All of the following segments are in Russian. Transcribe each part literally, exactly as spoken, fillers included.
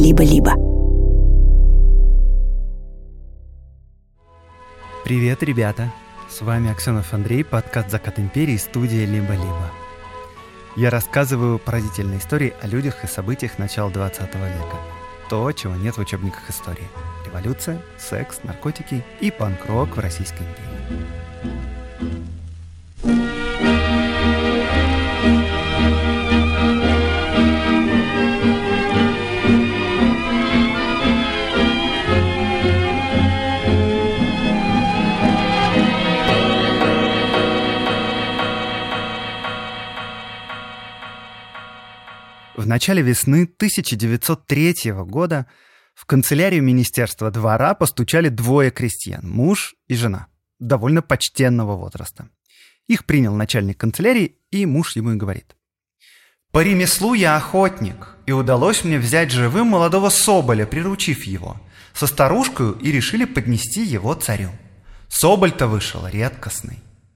«Либо-либо». Привет, ребята! С вами Аксенов Андрей, подкаст «Закат империи», студия «Либо-либо». Я рассказываю поразительные истории о людях и событиях начала двадцатого века. То, чего нет в учебниках истории. Революция, секс, наркотики и панк-рок в Российской империи. В начале весны тысяча девятьсот третьего года в канцелярию Министерства двора постучали двое крестьян, муж и жена, довольно почтенного возраста. Их принял начальник канцелярии, и муж ему и говорит: «По ремеслу я охотник, и удалось мне взять живым молодого соболя, приручив его, со старушкою, и решили поднести его царю. Соболь-то вышел редкостный».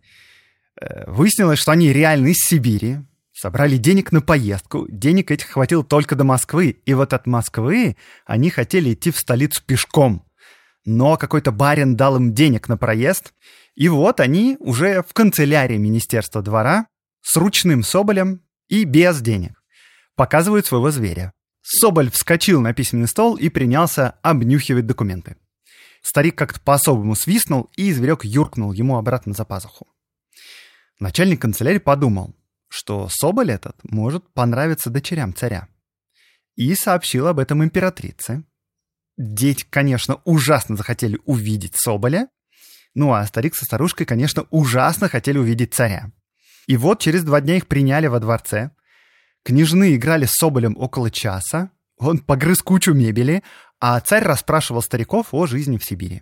Выяснилось, что они реально из Сибири. Собрали денег на поездку, денег этих хватило только до Москвы, и вот от Москвы они хотели идти в столицу пешком. Но какой-то барин дал им денег на проезд, и вот они уже в канцелярии Министерства двора с ручным соболем и без денег показывают своего зверя. Соболь вскочил на письменный стол и принялся обнюхивать документы. Старик как-то по-особому свистнул, и зверек юркнул ему обратно за пазуху. Начальник канцелярии подумал, что соболь этот может понравиться дочерям царя. И сообщил об этом императрице. Дети, конечно, ужасно захотели увидеть соболя. Ну а старик со старушкой, конечно, ужасно хотели увидеть царя. И вот через два дня их приняли во дворце. Княжны играли с соболем около часа. Он погрыз кучу мебели, а царь расспрашивал стариков о жизни в Сибири.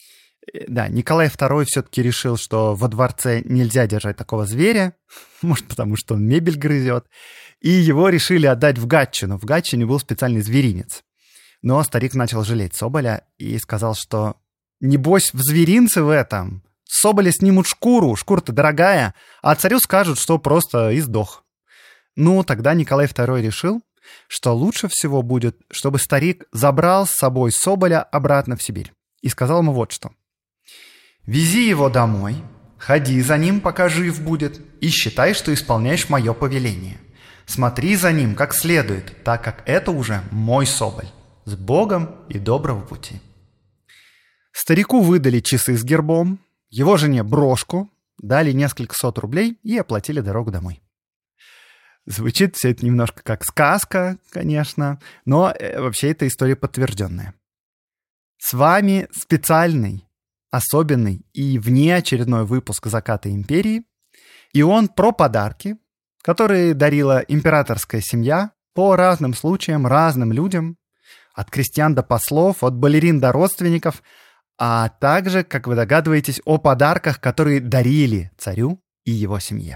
Да, Николай второй все-таки решил, что во дворце нельзя держать такого зверя, может, потому что он мебель грызет, и его решили отдать в Гатчину. В Гатчине был специальный зверинец. Но старик начал жалеть соболя и сказал, что небось в зверинце в этом с соболя снимут шкуру, шкура-то дорогая, а царю скажут, что просто издох. Ну, тогда Николай второй решил, что лучше всего будет, чтобы старик забрал с собой соболя обратно в Сибирь. И сказал ему вот что. «Вези его домой, ходи за ним, пока жив будет, и считай, что исполняешь мое повеление. Смотри за ним как следует, так как это уже мой соболь. С Богом и доброго пути». Старику выдали часы с гербом, его жене брошку, дали несколько сот рублей и оплатили дорогу домой. Звучит все это немножко как сказка, конечно, но вообще эта история подтвержденная. С вами специальный, особенный и внеочередной выпуск «Заката империи». И он про подарки, которые дарила императорская семья по разным случаям, разным людям, от крестьян до послов, от балерин до родственников, а также, как вы догадываетесь, о подарках, которые дарили царю и его семье.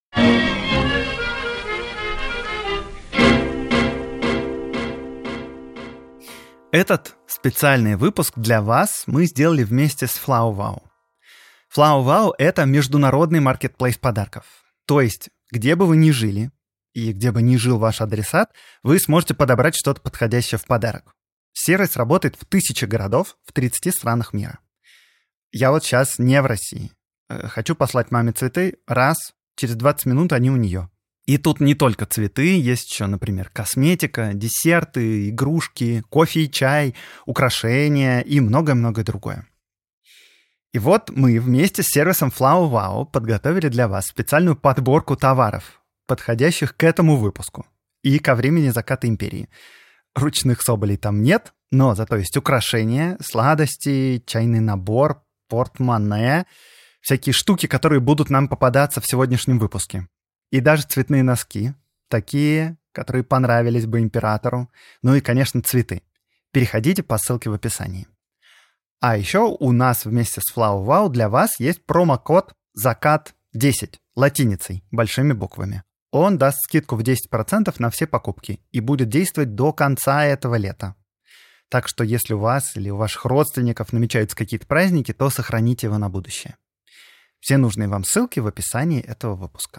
Этот специальный выпуск для вас мы сделали вместе с FlowWow. FlowWow — это международный маркетплейс подарков. То есть, где бы вы ни жили, и где бы ни жил ваш адресат, вы сможете подобрать что-то подходящее в подарок. Сервис работает в тысячи городов в тридцати странах мира. Я вот сейчас не в России. Хочу послать маме цветы, раз, через двадцать минут они у нее. И тут не только цветы, есть еще, например, косметика, десерты, игрушки, кофе и чай, украшения и многое-многое другое. И вот мы вместе с сервисом FlowWow подготовили для вас специальную подборку товаров, подходящих к этому выпуску и ко времени заката империи. Ручных соболей там нет, но зато есть украшения, сладости, чайный набор, портмоне, всякие штуки, которые будут нам попадаться в сегодняшнем выпуске. И даже цветные носки, такие, которые понравились бы императору. Ну и, конечно, цветы. Переходите по ссылке в описании. А еще у нас вместе с FlowWow для вас есть промокод закат десять латиницей, большими буквами. Он даст скидку в десять процентов на все покупки и будет действовать до конца этого лета. Так что если у вас или у ваших родственников намечаются какие-то праздники, то сохраните его на будущее. Все нужные вам ссылки в описании этого выпуска.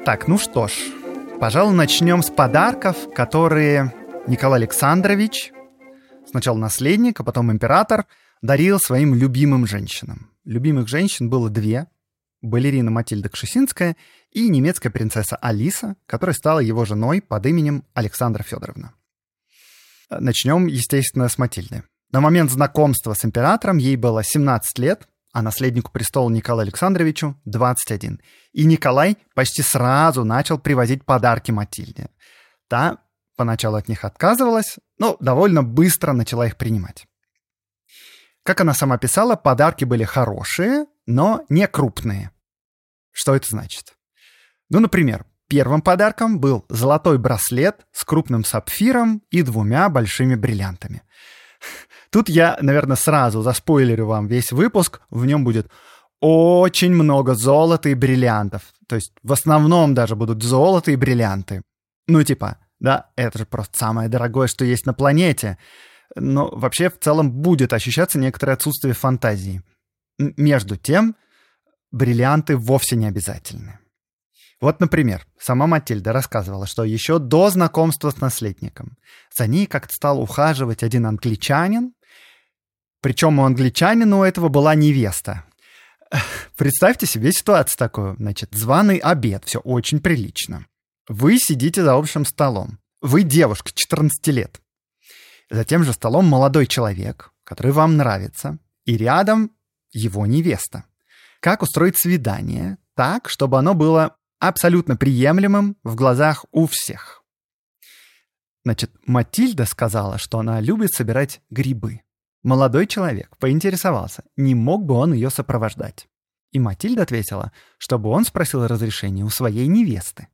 Так, ну что ж, пожалуй, начнем с подарков, которые Николай Александрович, сначала наследник, а потом император, дарил своим любимым женщинам. Любимых женщин было две. Балерина Матильда Кшесинская и немецкая принцесса Алиса, которая стала его женой под именем Александра Федоровна. Начнем, естественно, с Матильды. На момент знакомства с императором ей было семнадцать лет, а наследнику престола Николаю Александровичу двадцать один. И Николай почти сразу начал привозить подарки Матильде. Та поначалу от них отказывалась, но довольно быстро начала их принимать. Как она сама писала, подарки были хорошие, но не крупные. Что это значит? Ну, например, первым подарком был золотой браслет с крупным сапфиром и двумя большими бриллиантами. Тут я, наверное, сразу заспойлерю вам весь выпуск. В нем будет очень много золота и бриллиантов. То есть в основном даже будут золото и бриллианты. Ну, типа, да, это же просто самое дорогое, что есть на планете. Но вообще в целом будет ощущаться некоторое отсутствие фантазии. Между тем, бриллианты вовсе не обязательны. Вот, например, сама Матильда рассказывала, что еще до знакомства с наследником за ней как-то стал ухаживать один англичанин, причем у англичанина у этого была невеста. Представьте себе ситуацию такую. Значит, званый обед, все очень прилично. Вы сидите за общим столом. Вы девушка, четырнадцать лет. За тем же столом молодой человек, который вам нравится, и рядом его невеста. Как устроить свидание так, чтобы оно было абсолютно приемлемым в глазах у всех? Значит, Матильда сказала, что она любит собирать грибы. Молодой человек поинтересовался, не мог бы он ее сопровождать. И Матильда ответила, чтобы он спросил разрешения у своей невесты.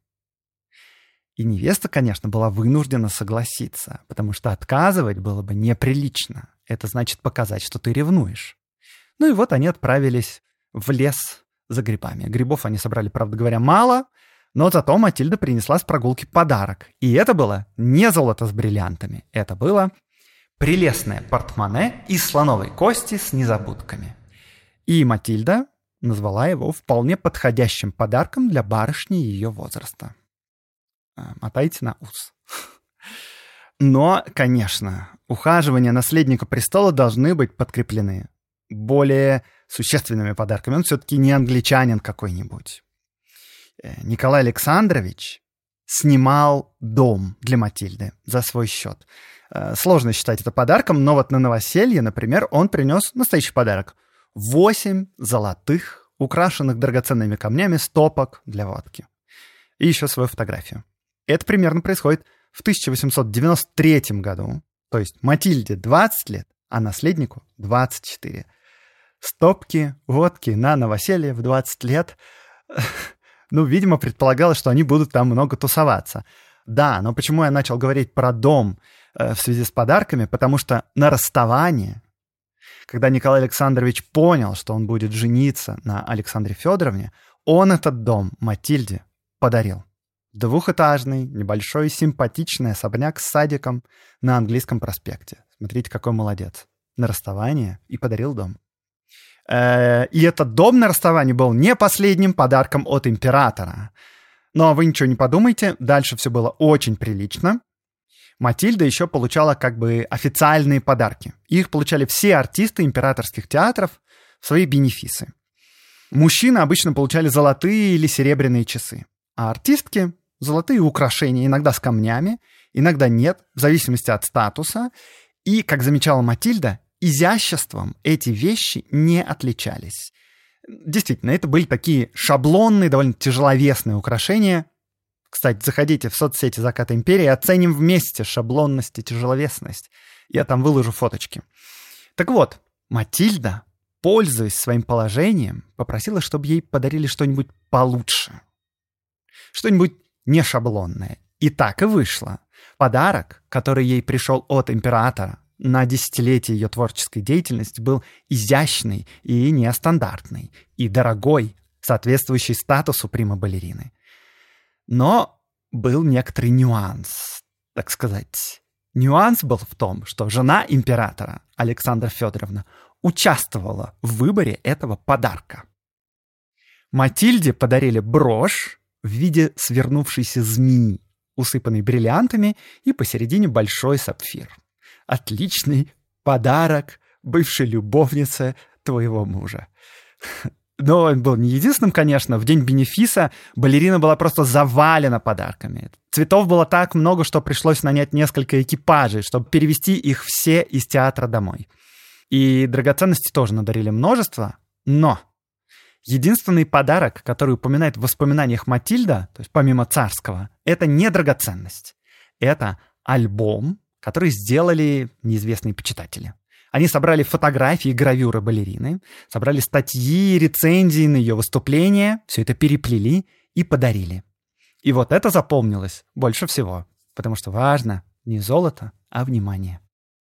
И невеста, конечно, была вынуждена согласиться, потому что отказывать было бы неприлично. Это значит показать, что ты ревнуешь. Ну и вот они отправились в лес за грибами. Грибов они собрали, правда говоря, мало, но зато Матильда принесла с прогулки подарок. И это было не золото с бриллиантами. Это было прелестное портмоне из слоновой кости с незабудками. И Матильда назвала его вполне подходящим подарком для барышни ее возраста. Мотайте на ус. Но, конечно, ухаживания наследника престола должны быть подкреплены более существенными подарками. Он все-таки не англичанин какой-нибудь. Николай Александрович снимал дом для Матильды за свой счет. Сложно считать это подарком, но вот на новоселье, например, он принес настоящий подарок. Восемь золотых, украшенных драгоценными камнями стопок для водки. И еще свою фотографию. Это примерно происходит в тысяча восемьсот девяносто третьем году. То есть Матильде двадцать лет, а наследнику двадцать четыре. Стопки водки на новоселье в двадцать лет. Ну, видимо, предполагалось, что они будут там много тусоваться. Да, но почему я начал говорить про дом э, в связи с подарками? Потому что на расставание, когда Николай Александрович понял, что он будет жениться на Александре Федоровне, он этот дом Матильде подарил. Двухэтажный, небольшой, симпатичный особняк с садиком на Английском проспекте. Смотрите, какой молодец. На расставание и подарил дом. И этот дом на расставании был не последним подарком от императора. Но вы ничего не подумайте, дальше все было очень прилично. Матильда еще получала как бы официальные подарки. Их получали все артисты императорских театров в свои бенефисы. Мужчины обычно получали золотые или серебряные часы, а артистки — золотые украшения, иногда с камнями, иногда нет, в зависимости от статуса. И, как замечала Матильда, изяществом эти вещи не отличались. Действительно, это были такие шаблонные, довольно тяжеловесные украшения. Кстати, заходите в соцсети «Заката империи», оценим вместе шаблонность и тяжеловесность. Я там выложу фоточки. Так вот, Матильда, пользуясь своим положением, попросила, чтобы ей подарили что-нибудь получше. Что-нибудь не шаблонное. И так и вышло. Подарок, который ей пришел от императора на десятилетие ее творческой деятельности, был изящный и нестандартный, и дорогой, соответствующий статусу прима-балерины. Но был некоторый нюанс, так сказать. Нюанс был в том, что жена императора, Александра Федоровна, участвовала в выборе этого подарка. Матильде подарили брошь, в виде свернувшейся змеи, усыпанной бриллиантами, и посередине большой сапфир. Отличный подарок бывшей любовнице твоего мужа. Но он был не единственным, конечно. В день бенефиса балерина была просто завалена подарками. Цветов было так много, что пришлось нанять несколько экипажей, чтобы перевезти их все из театра домой. И драгоценностей тоже надарили множество, но единственный подарок, который упоминает в воспоминаниях Матильда, то есть помимо царского, это не драгоценность. Это альбом, который сделали неизвестные почитатели. Они собрали фотографии и гравюры балерины, собрали статьи, рецензии на ее выступления, все это переплели и подарили. И вот это запомнилось больше всего, потому что важно не золото, а внимание.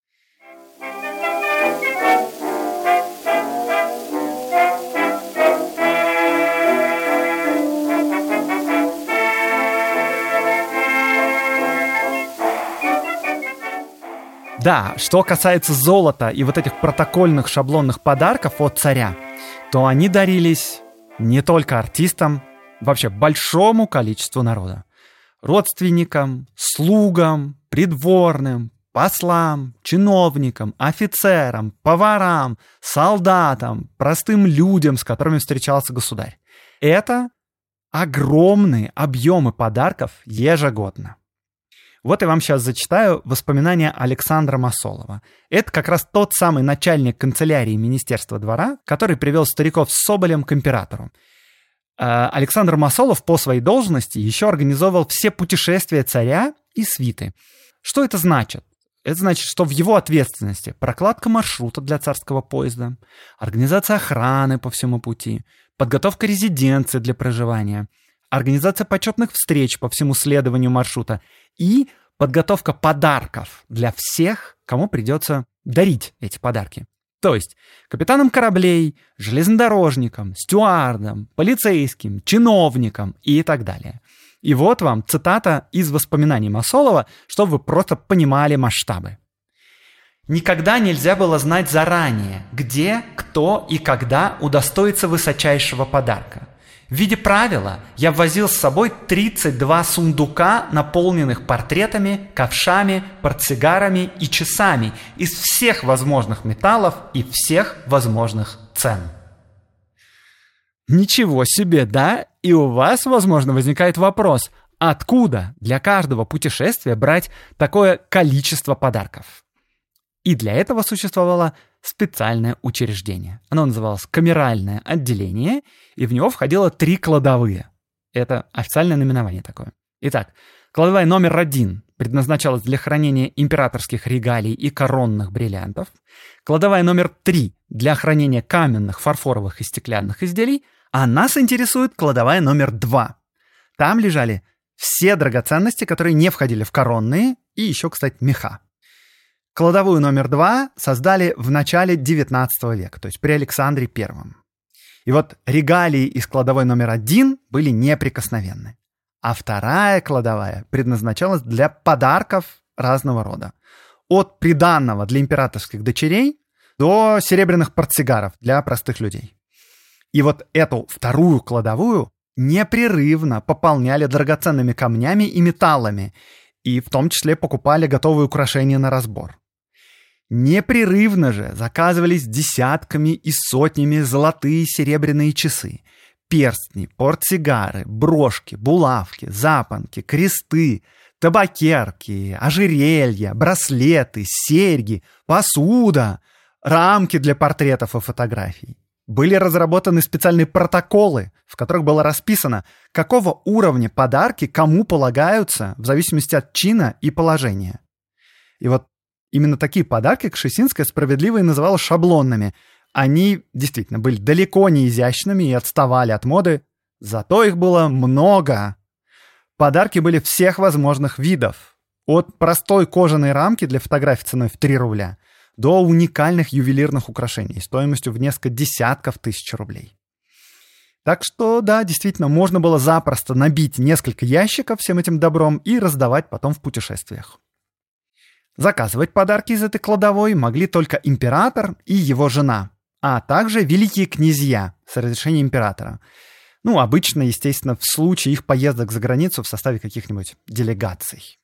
Да, что касается золота и вот этих протокольных шаблонных подарков от царя, то они дарились не только артистам, вообще большому количеству народа. Родственникам, слугам, придворным, послам, чиновникам, офицерам, поварам, солдатам, простым людям, с которыми встречался государь. Это огромные объемы подарков ежегодно. Вот я вам сейчас зачитаю воспоминания Александра Масолова. Это как раз тот самый начальник канцелярии Министерства двора, который привел стариков с Соболем к императору. Александр Масолов по своей должности еще организовывал все путешествия царя и свиты. Что это значит? Это значит, что в его ответственности прокладка маршрута для царского поезда, организация охраны по всему пути, подготовка резиденции для проживания, организация почетных встреч по всему следованию маршрута и подготовка подарков для всех, кому придется дарить эти подарки. То есть капитанам кораблей, железнодорожникам, стюардам, полицейским, чиновникам и так далее. И вот вам цитата из воспоминаний Масолова, чтобы вы просто понимали масштабы. «Никогда нельзя было знать заранее, где, кто и когда удостоится высочайшего подарка. В виде правила я возил с собой тридцать два сундука, наполненных портретами, ковшами, портсигарами и часами из всех возможных металлов и всех возможных цен». Ничего себе, да? И у вас, возможно, возникает вопрос, откуда для каждого путешествия брать такое количество подарков? И для этого существовало специальное учреждение. Оно называлось камеральное отделение, и в него входило три кладовые. Это официальное наименование такое. Итак, кладовая номер один предназначалась для хранения императорских регалий и коронных бриллиантов. Кладовая номер три для хранения каменных, фарфоровых и стеклянных изделий. А нас интересует кладовая номер два. Там лежали все драгоценности, которые не входили в коронные, и еще, кстати, меха. Кладовую номер два создали в начале девятнадцатого века, то есть при Александре Первом. И вот регалии из кладовой номер один были неприкосновенны. А вторая кладовая предназначалась для подарков разного рода. От приданного для императорских дочерей до серебряных портсигаров для простых людей. И вот эту вторую кладовую непрерывно пополняли драгоценными камнями и металлами, и в том числе покупали готовые украшения на разбор. Непрерывно же заказывались десятками и сотнями золотые и серебряные часы, перстни, портсигары, брошки, булавки, запонки, кресты, табакерки, ожерелья, браслеты, серьги, посуда, рамки для портретов и фотографий. Были разработаны специальные протоколы, в которых было расписано, какого уровня подарки кому полагаются в зависимости от чина и положения. И вот именно такие подарки Кшесинская справедливо и называла шаблонными. Они действительно были далеко не изящными и отставали от моды, зато их было много. Подарки были всех возможных видов. От простой кожаной рамки для фотографий ценой в три рубля до уникальных ювелирных украшений стоимостью в несколько десятков тысяч рублей. Так что, да, действительно, можно было запросто набить несколько ящиков всем этим добром и раздавать потом в путешествиях. Заказывать подарки из этой кладовой могли только император и его жена, а также великие князья с разрешения императора. Ну, обычно, естественно, в случае их поездок за границу в составе каких-нибудь делегаций.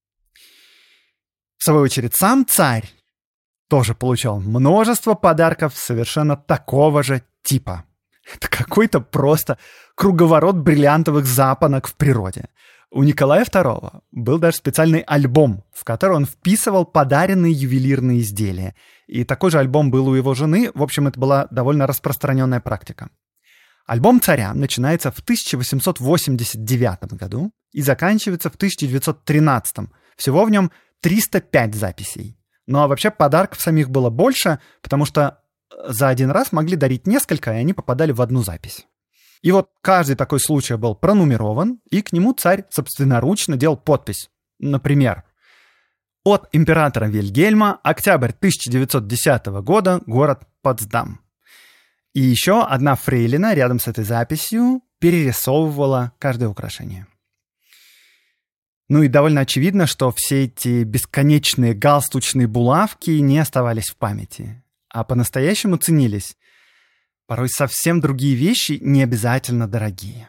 В свою очередь, сам царь тоже получал множество подарков совершенно такого же типа. Это какой-то просто круговорот бриллиантовых запонок в природе. У Николая второго был даже специальный альбом, в который он вписывал подаренные ювелирные изделия. И такой же альбом был у его жены. В общем, это была довольно распространенная практика. Альбом царя начинается в тысяча восемьсот восемьдесят девятом году и заканчивается в тысяча девятьсот тринадцатом. Всего в нем триста пять записей. Ну а вообще подарков самих было больше, потому что за один раз могли дарить несколько, и они попадали в одну запись. И вот каждый такой случай был пронумерован, и к нему царь собственноручно делал подпись. Например, от императора Вильгельма, октябрь тысяча девятьсот десятого года, город Потсдам. И еще одна фрейлина рядом с этой записью перерисовывала каждое украшение. Ну и довольно очевидно, что все эти бесконечные галстучные булавки не оставались в памяти, а по-настоящему ценились порой совсем другие вещи, не обязательно дорогие.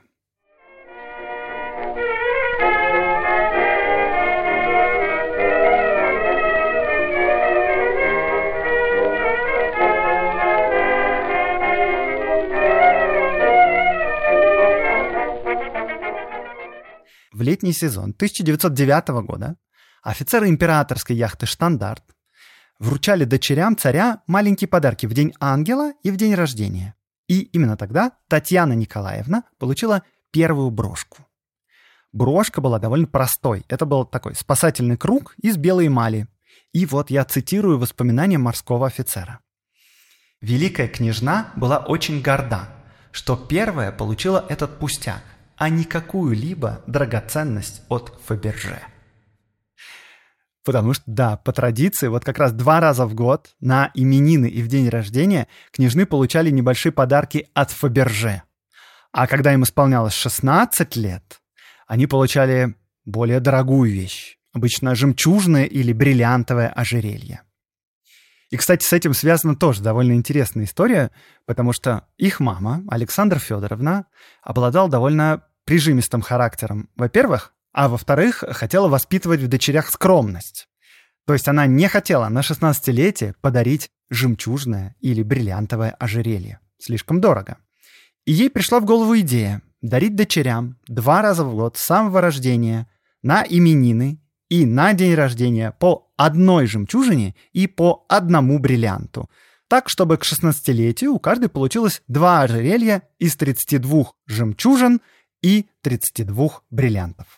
В летний сезон тысяча девятьсот девятого года офицеры императорской яхты «Штандарт» вручали дочерям царя маленькие подарки в День Ангела и в день рождения. И именно тогда Татьяна Николаевна получила первую брошку. Брошка была довольно простой. Это был такой спасательный круг из белой эмали. И вот я цитирую воспоминания морского офицера. «Великая княжна была очень горда, что первая получила этот пустяк, а не какую-либо драгоценность от Фаберже». Потому что, да, по традиции, вот как раз два раза в год на именины и в день рождения княжны получали небольшие подарки от Фаберже. А когда им исполнялось шестнадцать лет, они получали более дорогую вещь, обычно жемчужное или бриллиантовое ожерелье. И, кстати, с этим связана тоже довольно интересная история, потому что их мама, Александра Федоровна, обладала довольно прижимистым характером, во-первых, а во-вторых, хотела воспитывать в дочерях скромность. То есть она не хотела на шестнадцатилетие подарить жемчужное или бриллиантовое ожерелье. Слишком дорого. И ей пришла в голову идея дарить дочерям два раза в год с самого рождения на именины и на день рождения по одной жемчужине и по одному бриллианту. Так, чтобы к шестнадцатилетию у каждой получилось два ожерелья из тридцати двух жемчужин и тридцати двух бриллиантов.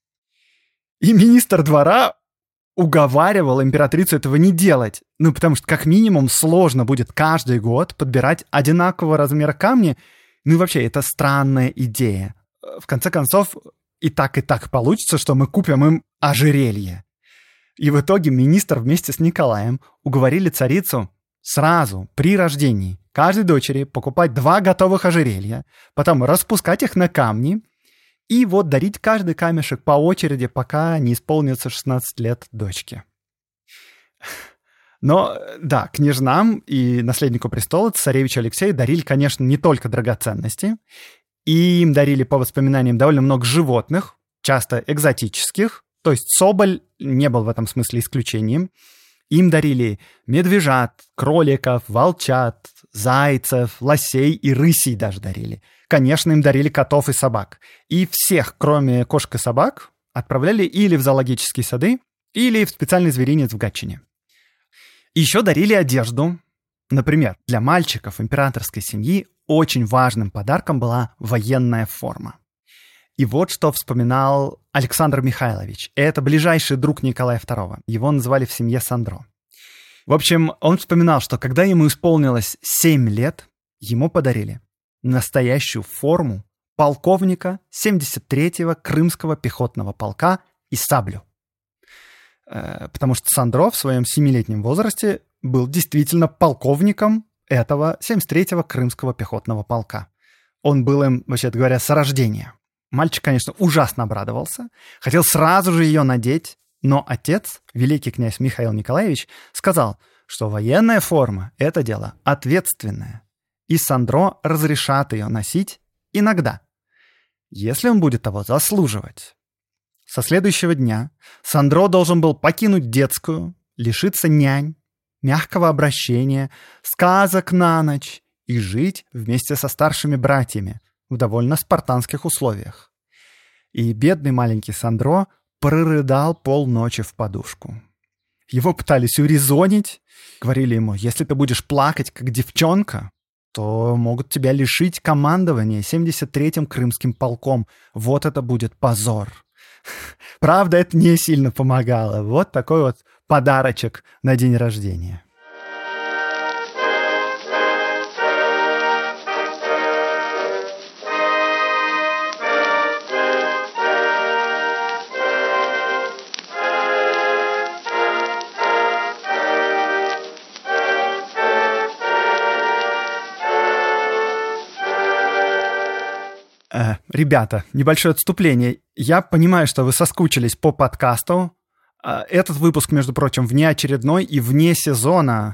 И министр двора уговаривал императрицу этого не делать. Ну, потому что, как минимум, сложно будет каждый год подбирать одинакового размера камни. Ну и вообще, это странная идея. В конце концов, и так, и так получится, что мы купим им ожерелье. И в итоге министр вместе с Николаем уговорили царицу сразу, при рождении, каждой дочери покупать два готовых ожерелья, потом распускать их на камни и вот дарить каждый камешек по очереди, пока не исполнится шестнадцать лет дочке. Но, да, княжнам и наследнику престола, царевичу Алексею, дарили, конечно, не только драгоценности, и им дарили, по воспоминаниям, довольно много животных, часто экзотических, то есть соболь не был в этом смысле исключением. Им дарили медвежат, кроликов, волчат, зайцев, лосей и рысей даже дарили. Конечно, им дарили котов и собак. И всех, кроме кошек и собак, отправляли или в зоологические сады, или в специальный зверинец в Гатчине. Еще дарили одежду. Например, для мальчиков императорской семьи очень важным подарком была военная форма. И вот что вспоминал Александр Михайлович. Это ближайший друг Николая второго. Его называли в семье Сандро. В общем, он вспоминал, что когда ему исполнилось семь лет, ему подарили настоящую форму полковника семьдесят третьего Крымского пехотного полка и саблю. Потому что Сандро в своем семилетнем возрасте был действительно полковником этого семьдесят третьего Крымского пехотного полка. Он был им, вообще-то говоря, с рождения. Мальчик, конечно, ужасно обрадовался, хотел сразу же ее надеть, но отец, великий князь Михаил Николаевич, сказал, что военная форма — это дело ответственное, и Сандро разрешат ее носить иногда, если он будет того заслуживать. Со следующего дня Сандро должен был покинуть детскую, лишиться нянь, мягкого обращения, сказок на ночь и жить вместе со старшими братьями в довольно спартанских условиях. И бедный маленький Сандро прорыдал полночи в подушку. Его пытались урезонить, говорили ему: если ты будешь плакать, как девчонка, то могут тебя лишить командования семьдесят третьим Крымским полком. Вот это будет позор. Правда, это не сильно помогало. Вот такой вот подарочек на день рождения. Ребята, небольшое отступление. Я понимаю, что вы соскучились по подкасту. Этот выпуск, между прочим, внеочередной и вне сезона.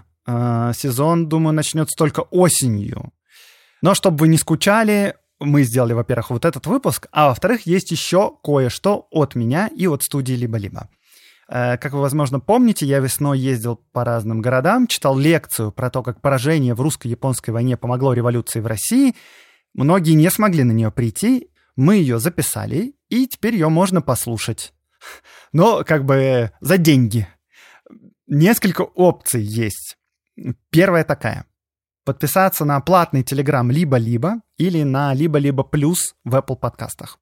Сезон, думаю, начнется только осенью. Но чтобы вы не скучали, мы сделали, во-первых, вот этот выпуск, а во-вторых, есть еще кое-что от меня и от студии «Либо-либо». Как вы, возможно, помните, я весной ездил по разным городам, читал лекцию про то, как поражение в русско-японской войне помогло революции в России. Многие не смогли на нее прийти, мы ее записали, и теперь ее можно послушать. Но как бы за деньги. Несколько опций есть. Первая такая. Подписаться на платный Telegram «Либо-либо» или на «Либо-либо плюс» в Apple подкастах.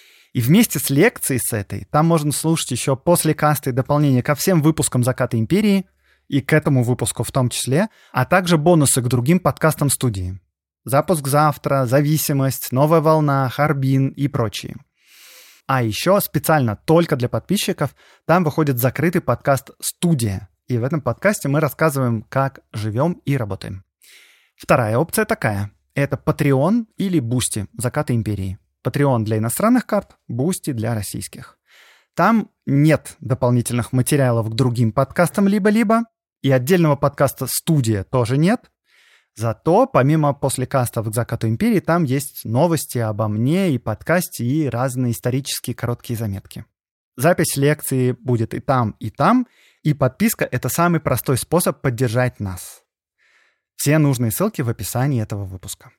И вместе с лекцией с этой там можно слушать еще послекасты и дополнения ко всем выпускам «Заката империи» и к этому выпуску в том числе, а также бонусы к другим подкастам студии. «Запуск завтра», «Зависимость», «Новая волна», «Харбин» и прочие. А еще специально только для подписчиков там выходит закрытый подкаст «Студия». И в этом подкасте мы рассказываем, как живем и работаем. Вторая опция такая. Это Patreon или Boosty «Заката империи». Patreon для иностранных карт, Boosty для российских. Там нет дополнительных материалов к другим подкастам «Либо-либо», и отдельного подкаста «Студия» тоже нет. Зато, помимо послекастов к «Закату империи», там есть новости обо мне и подкасте, и разные исторические короткие заметки. Запись лекции будет и там, и там, и подписка — это самый простой способ поддержать нас. Все нужные ссылки в описании этого выпуска.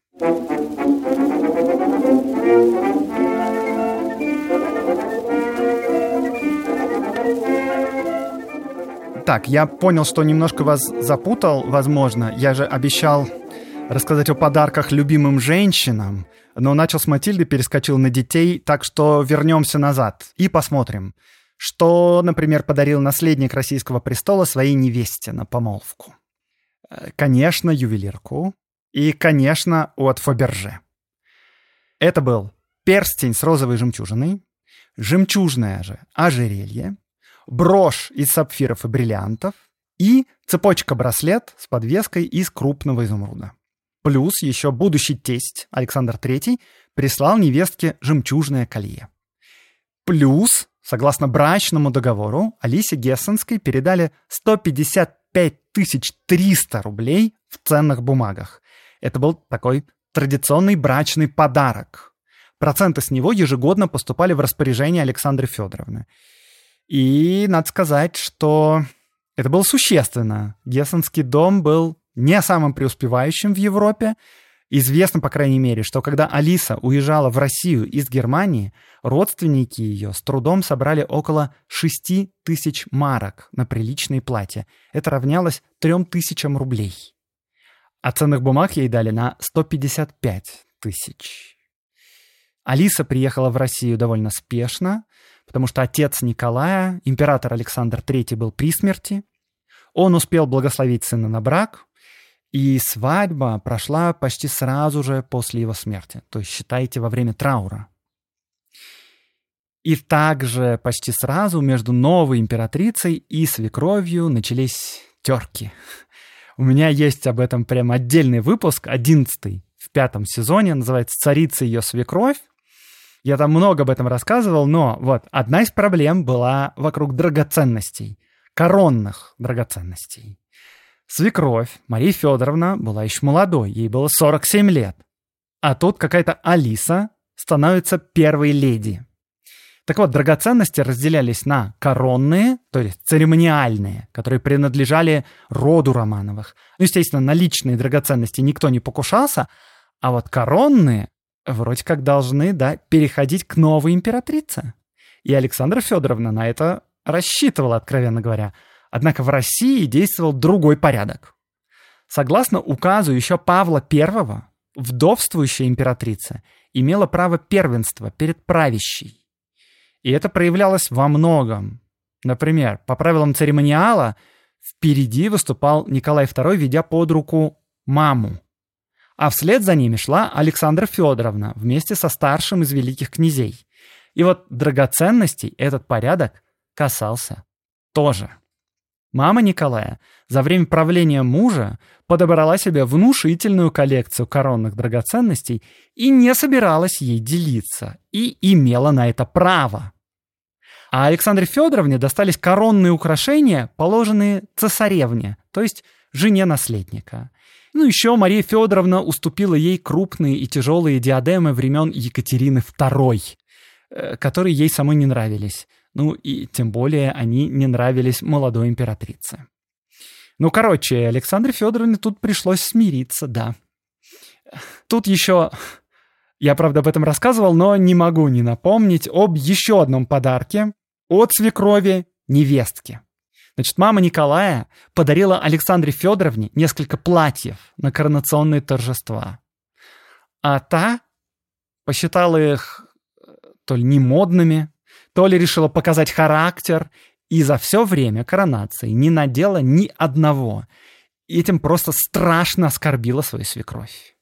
Так, я понял, что немножко вас запутал, возможно. Я же обещал рассказать о подарках любимым женщинам, но начал с Матильды, перескочил на детей, так что вернемся назад и посмотрим, что, например, подарил наследник российского престола своей невесте на помолвку. Конечно, ювелирку и, конечно, от Фаберже. Это был перстень с розовой жемчужиной, жемчужное же ожерелье, брошь из сапфиров и бриллиантов и цепочка-браслет с подвеской из крупного изумруда. Плюс еще будущий тесть Александр Третий прислал невестке жемчужное колье. Плюс, согласно брачному договору, Алисе Гессенской передали сто пятьдесят пять тысяч триста рублей в ценных бумагах. Это был такой традиционный брачный подарок. Проценты с него ежегодно поступали в распоряжение Александры Федоровны. И надо сказать, что это было существенно. Гессенский дом был не самым преуспевающим в Европе. Известно, по крайней мере, что когда Алиса уезжала в Россию из Германии, родственники ее с трудом собрали около шесть тысяч марок на приличные платья. Это равнялось трем тысячам рублей. А ценных бумаг ей дали на сто пятьдесят пять тысяч. Алиса приехала в Россию довольно спешно, потому что отец Николая, император Александр Третий, был при смерти. Он успел благословить сына на брак, и свадьба прошла почти сразу же после его смерти. То есть, считайте, во время траура. И также почти сразу между новой императрицей и свекровью начались терки. У меня есть об этом прям отдельный выпуск, одиннадцатый в пятом сезоне, называется «Царица и ее свекровь». Я там много об этом рассказывал, но вот одна из проблем была вокруг драгоценностей, коронных драгоценностей. Свекровь Мария Федоровна была еще молодой, ей было сорок семь лет. А тут какая-то Алиса становится первой леди. Так вот, драгоценности разделялись на коронные, то есть церемониальные, которые принадлежали роду Романовых. Ну, естественно, на личные драгоценности никто не покушался, а вот коронные вроде как должны, да, переходить к новой императрице. И Александра Федоровна на это рассчитывала, откровенно говоря. Однако в России действовал другой порядок. Согласно указу еще Павла Первого, вдовствующая императрица имела право первенства перед правящей. И это проявлялось во многом. Например, по правилам церемониала впереди выступал Николай Второй, ведя под руку маму. А вслед за ними шла Александра Федоровна вместе со старшим из великих князей. И вот драгоценностей этот порядок касался тоже. Мама Николая за время правления мужа подобрала себе внушительную коллекцию коронных драгоценностей и не собиралась ей делиться, и имела на это право. А Александре Федоровне достались коронные украшения, положенные цесаревне, то есть жене наследника. Ну, еще Мария Федоровна уступила ей крупные и тяжелые диадемы времен Екатерины Второй, которые ей самой не нравились. Ну, и тем более они не нравились молодой императрице. Ну, короче, Александре Федоровне тут пришлось смириться, да. Тут еще... Я, правда, об этом рассказывал, но не могу не напомнить об еще одном подарке от свекрови невестки. Значит, мама Николая подарила Александре Федоровне несколько платьев на коронационные торжества. А та посчитала их то ли немодными, то ли решила показать характер, и за все время коронации не надела ни одного. И этим просто страшно оскорбила свою свекровь.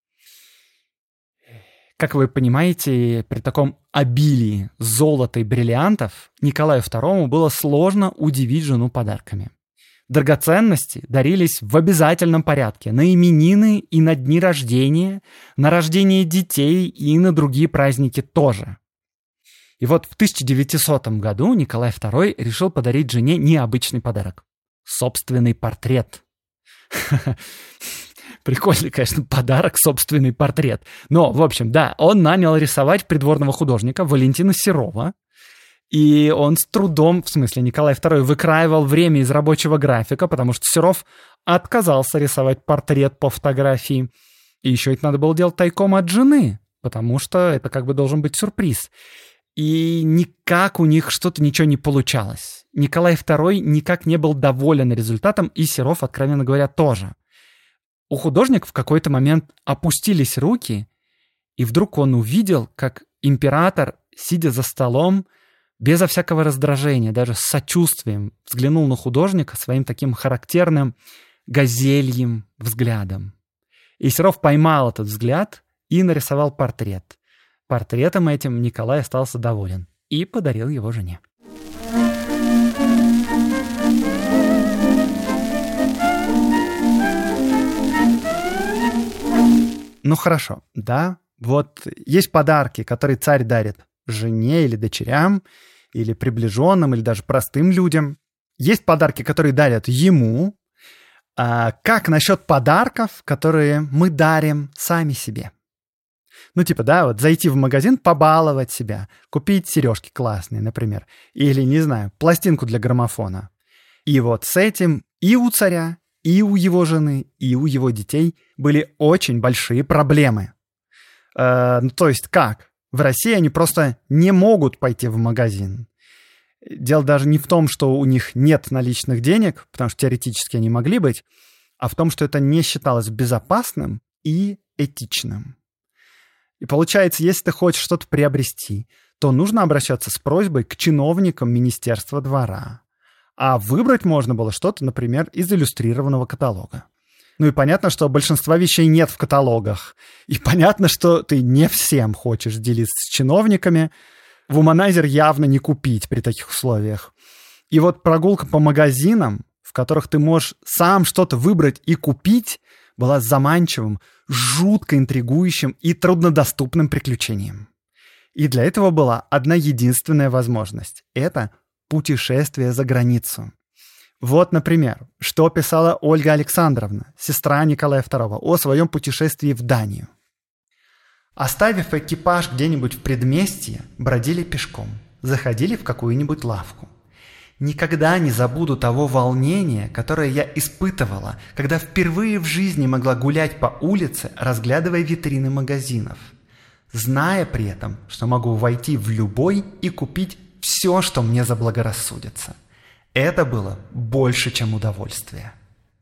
Как вы понимаете, при таком обилии золота и бриллиантов Николаю Второму было сложно удивить жену подарками. Драгоценности дарились в обязательном порядке на именины и на дни рождения, на рождение детей и на другие праздники тоже. И вот в тысяча девятисотом году Николай Второй решил подарить жене необычный подарок — собственный портрет. Прикольный, конечно, подарок, собственный портрет. Но, в общем, да, он нанял рисовать придворного художника Валентина Серова. И он с трудом, в смысле, Николай Второй выкраивал время из рабочего графика, потому что Серов отказался рисовать портрет по фотографии. И еще это надо было делать тайком от жены, потому что это как бы должен быть сюрприз. И никак у них что-то ничего не получалось. Николай Второй никак не был доволен результатом, и Серов, откровенно говоря, тоже. У художника в какой-то момент опустились руки, и вдруг он увидел, как император, сидя за столом, безо всякого раздражения, даже с сочувствием, взглянул на художника своим таким характерным газельем взглядом. И Серов поймал этот взгляд и нарисовал портрет. Портретом этим Николай остался доволен и подарил его жене. Ну хорошо, да, вот есть подарки, которые царь дарит жене или дочерям, или приближенным, или даже простым людям. Есть подарки, которые дарят ему. А как насчет подарков, которые мы дарим сами себе? Ну, типа, да, вот зайти в магазин, побаловать себя, купить сережки классные, например, или, не знаю, пластинку для граммофона. И вот с этим и у царя, и у его жены, и у его детей были очень большие проблемы. Э, ну, то есть как? В России они просто не могут пойти в магазин. Дело даже не в том, что у них нет наличных денег, потому что теоретически они могли быть, а в том, что это не считалось безопасным и этичным. И получается, если ты хочешь что-то приобрести, то нужно обращаться с просьбой к чиновникам Министерства двора. А выбрать можно было что-то, например, из иллюстрированного каталога. Ну и понятно, что большинства вещей нет в каталогах. И понятно, что ты не всем хочешь делиться с чиновниками. Вуманайзер явно не купить при таких условиях. И вот прогулка по магазинам, в которых ты можешь сам что-то выбрать и купить, была заманчивым, жутко интригующим и труднодоступным приключением. И для этого была одна единственная возможность. Это путешествие за границу. Вот, например, что писала Ольга Александровна, сестра Николая Второго, о своем путешествии в Данию. Оставив экипаж где-нибудь в предместье, бродили пешком, заходили в какую-нибудь лавку. Никогда не забуду того волнения, которое я испытывала, когда впервые в жизни могла гулять по улице, разглядывая витрины магазинов, зная при этом, что могу войти в любой и купить все, что мне заблагорассудится. Это было больше, чем удовольствие.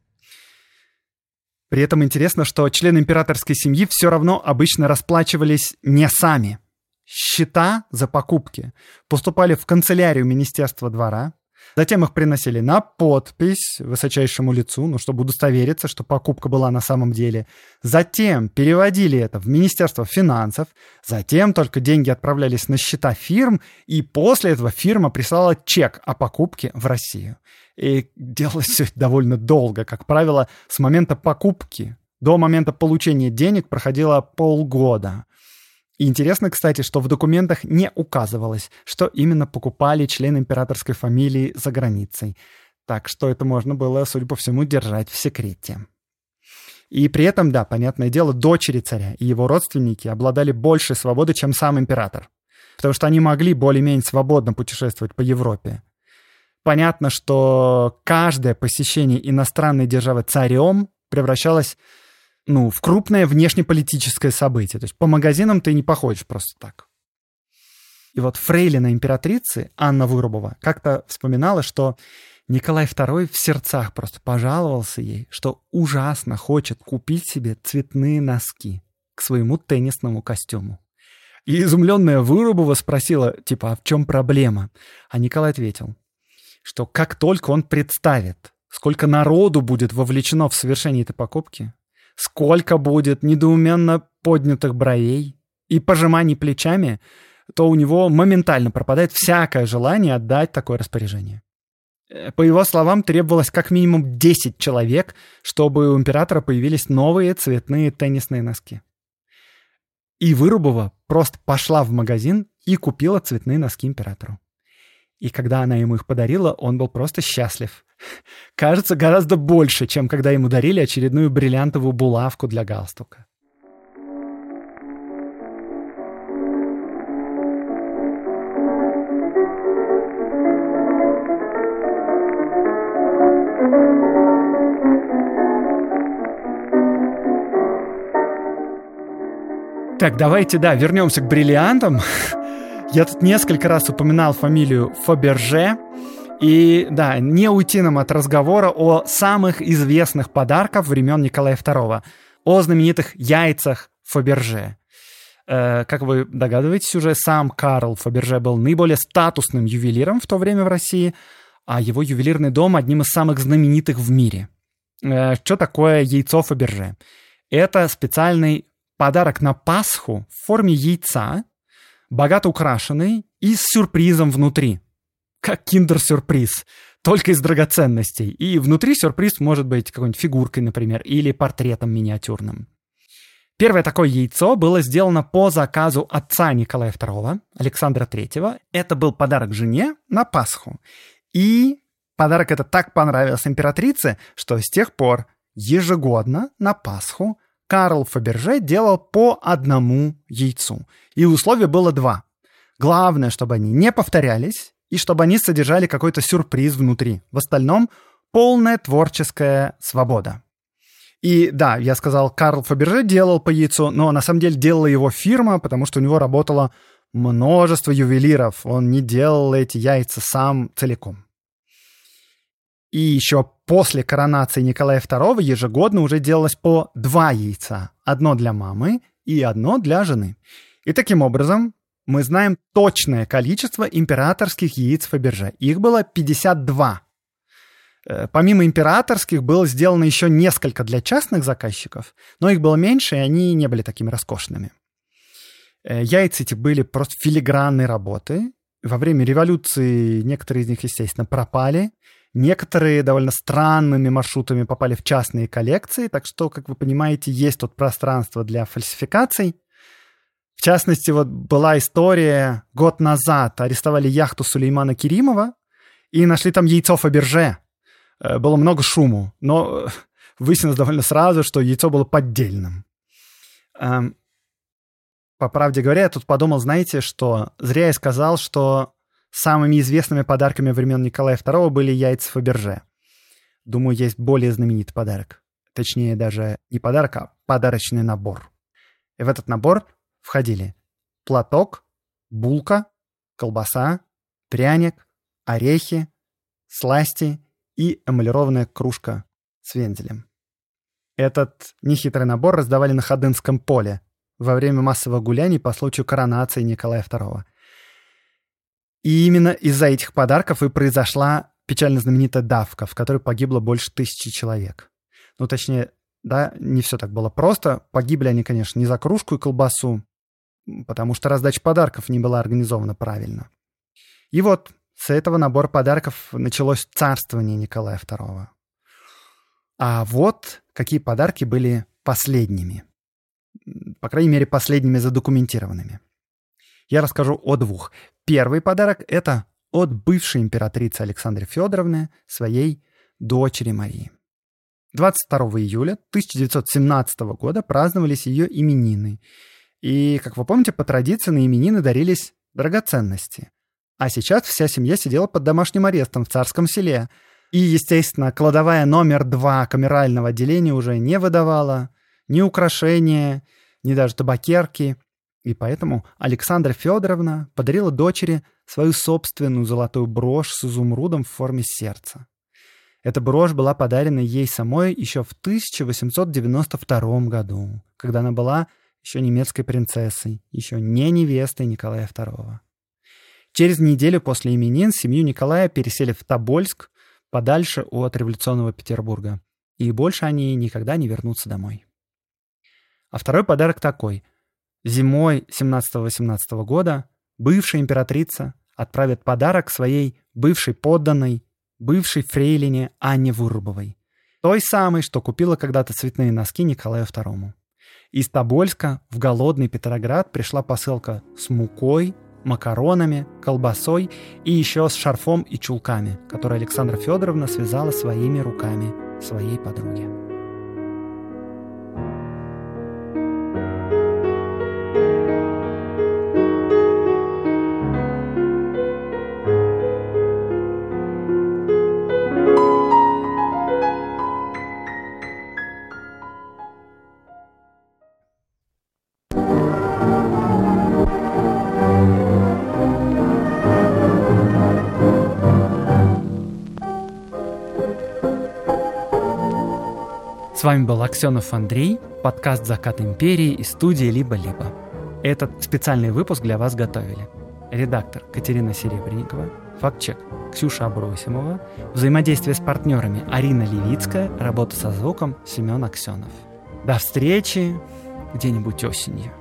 При этом интересно, что члены императорской семьи все равно обычно расплачивались не сами. Счета за покупки поступали в канцелярию Министерства двора, затем их приносили на подпись высочайшему лицу, ну, чтобы удостовериться, что покупка была на самом деле. Затем переводили это в Министерство финансов, затем только деньги отправлялись на счета фирм, и после этого фирма прислала чек о покупке в Россию. И делалось все это довольно долго. Как правило, с момента покупки до момента получения денег проходило полгода. И интересно, кстати, что в документах не указывалось, что именно покупали члены императорской фамилии за границей. Так что это можно было, судя по всему, держать в секрете. И при этом, да, понятное дело, дочери царя и его родственники обладали большей свободой, чем сам император. Потому что они могли более-менее свободно путешествовать по Европе. Понятно, что каждое посещение иностранной державы царем превращалось, ну, в крупное внешнеполитическое событие. То есть по магазинам ты не походишь просто так. И вот фрейлина императрицы Анна Вырубова как-то вспоминала, что Николай второй в сердцах просто пожаловался ей, что ужасно хочет купить себе цветные носки к своему теннисному костюму. И изумленная Вырубова спросила, типа, а в чем проблема? А Николай ответил, что как только он представит, сколько народу будет вовлечено в совершение этой покупки, сколько будет недоуменно поднятых бровей и пожиманий плечами, то у него моментально пропадает всякое желание отдать такое распоряжение. По его словам, требовалось как минимум десять человек, чтобы у императора появились новые цветные теннисные носки. И Вырубова просто пошла в магазин и купила цветные носки императору. И когда она ему их подарила, он был просто счастлив. Кажется, гораздо больше, чем когда ему дарили очередную бриллиантовую булавку для галстука. Так, давайте, да, вернемся к бриллиантам. Я тут несколько раз упоминал фамилию Фаберже. И, да, не уйти нам от разговора о самых известных подарках времен Николая второго. О знаменитых яйцах Фаберже. Э, как вы догадываетесь уже, сам Карл Фаберже был наиболее статусным ювелиром в то время в России, а его ювелирный дом одним из самых знаменитых в мире. Э, что такое яйцо Фаберже? Это специальный подарок на Пасху в форме яйца, богато украшенный и с сюрпризом внутри. Как киндер-сюрприз, только из драгоценностей. И внутри сюрприз может быть какой-нибудь фигуркой, например, или портретом миниатюрным. Первое такое яйцо было сделано по заказу отца Николая второго, Александра третьего. Это был подарок жене на Пасху. И подарок этот так понравился императрице, что с тех пор ежегодно на Пасху Карл Фаберже делал по одному яйцу. И условие было два. Главное, чтобы они не повторялись, и чтобы они содержали какой-то сюрприз внутри. В остальном полная творческая свобода. И да, я сказал, Карл Фаберже делал по яйцу, но на самом деле делала его фирма, потому что у него работало множество ювелиров. Он не делал эти яйца сам целиком. И еще после коронации Николая второго ежегодно уже делалось по два яйца. Одно для мамы и одно для жены. И таким образом мы знаем точное количество императорских яиц Фаберже. Их было пятьдесят два. Помимо императорских было сделано еще несколько для частных заказчиков, но их было меньше, и они не были такими роскошными. Яйца эти были просто филигранной работы. Во время революции некоторые из них, естественно, пропали. Некоторые довольно странными маршрутами попали в частные коллекции, так что, как вы понимаете, есть тут пространство для фальсификаций. В частности, вот была история, год назад арестовали яхту Сулеймана Керимова и нашли там яйцо Фаберже. Было много шуму, но выяснилось довольно сразу, что яйцо было поддельным. По правде говоря, я тут подумал, знаете, что зря я сказал, что самыми известными подарками времен Николая второго были яйца Фаберже. Думаю, есть более знаменитый подарок. Точнее, даже не подарок, а подарочный набор. И в этот набор входили платок, булка, колбаса, пряник, орехи, сласти и эмалированная кружка с вензелем. Этот нехитрый набор раздавали на Ходынском поле во время массовых гуляний по случаю коронации Николая второго. И именно из-за этих подарков и произошла печально знаменитая давка, в которой погибло больше тысячи человек. Ну, точнее, да, не все так было просто. Погибли они, конечно, не за кружку и колбасу, потому что раздача подарков не была организована правильно. И вот с этого набора подарков началось царствование Николая второго. А вот какие подарки были последними. По крайней мере, последними задокументированными. Я расскажу о двух. Первый подарок — это от бывшей императрицы Александры Федоровны своей дочери Марии. двадцать второго июля тысяча девятьсот семнадцатого года праздновались ее именины. И, как вы помните, по традиции на именины дарились драгоценности. А сейчас вся семья сидела под домашним арестом в Царском Селе. И, естественно, кладовая номер два камерального отделения уже не выдавала ни украшения, ни даже табакерки. И поэтому Александра Федоровна подарила дочери свою собственную золотую брошь с изумрудом в форме сердца. Эта брошь была подарена ей самой еще в тысяча восемьсот девяносто втором году, когда она была еще немецкой принцессой, еще не невестой Николая второго. Через неделю после именин семью Николая пересели в Тобольск, подальше от революционного Петербурга, и больше они никогда не вернутся домой. А второй подарок такой. Зимой семнадцатого-восемнадцатого года бывшая императрица отправит подарок своей бывшей подданной, бывшей фрейлине Анне Вырубовой, той самой, что купила когда-то цветные носки Николаю второму. Из Тобольска в голодный Петроград пришла посылка с мукой, макаронами, колбасой и еще с шарфом и чулками, которые Александра Федоровна связала своими руками своей подруге. С вами был Аксенов Андрей, подкаст «Закат империи» и студии «Либо-либо». Этот специальный выпуск для вас готовили редактор Катерина Серебренникова, фактчек Ксюша Абросимова, взаимодействие с партнерами Арина Левицкая, работа со звуком Семен Аксенов. До встречи где-нибудь осенью.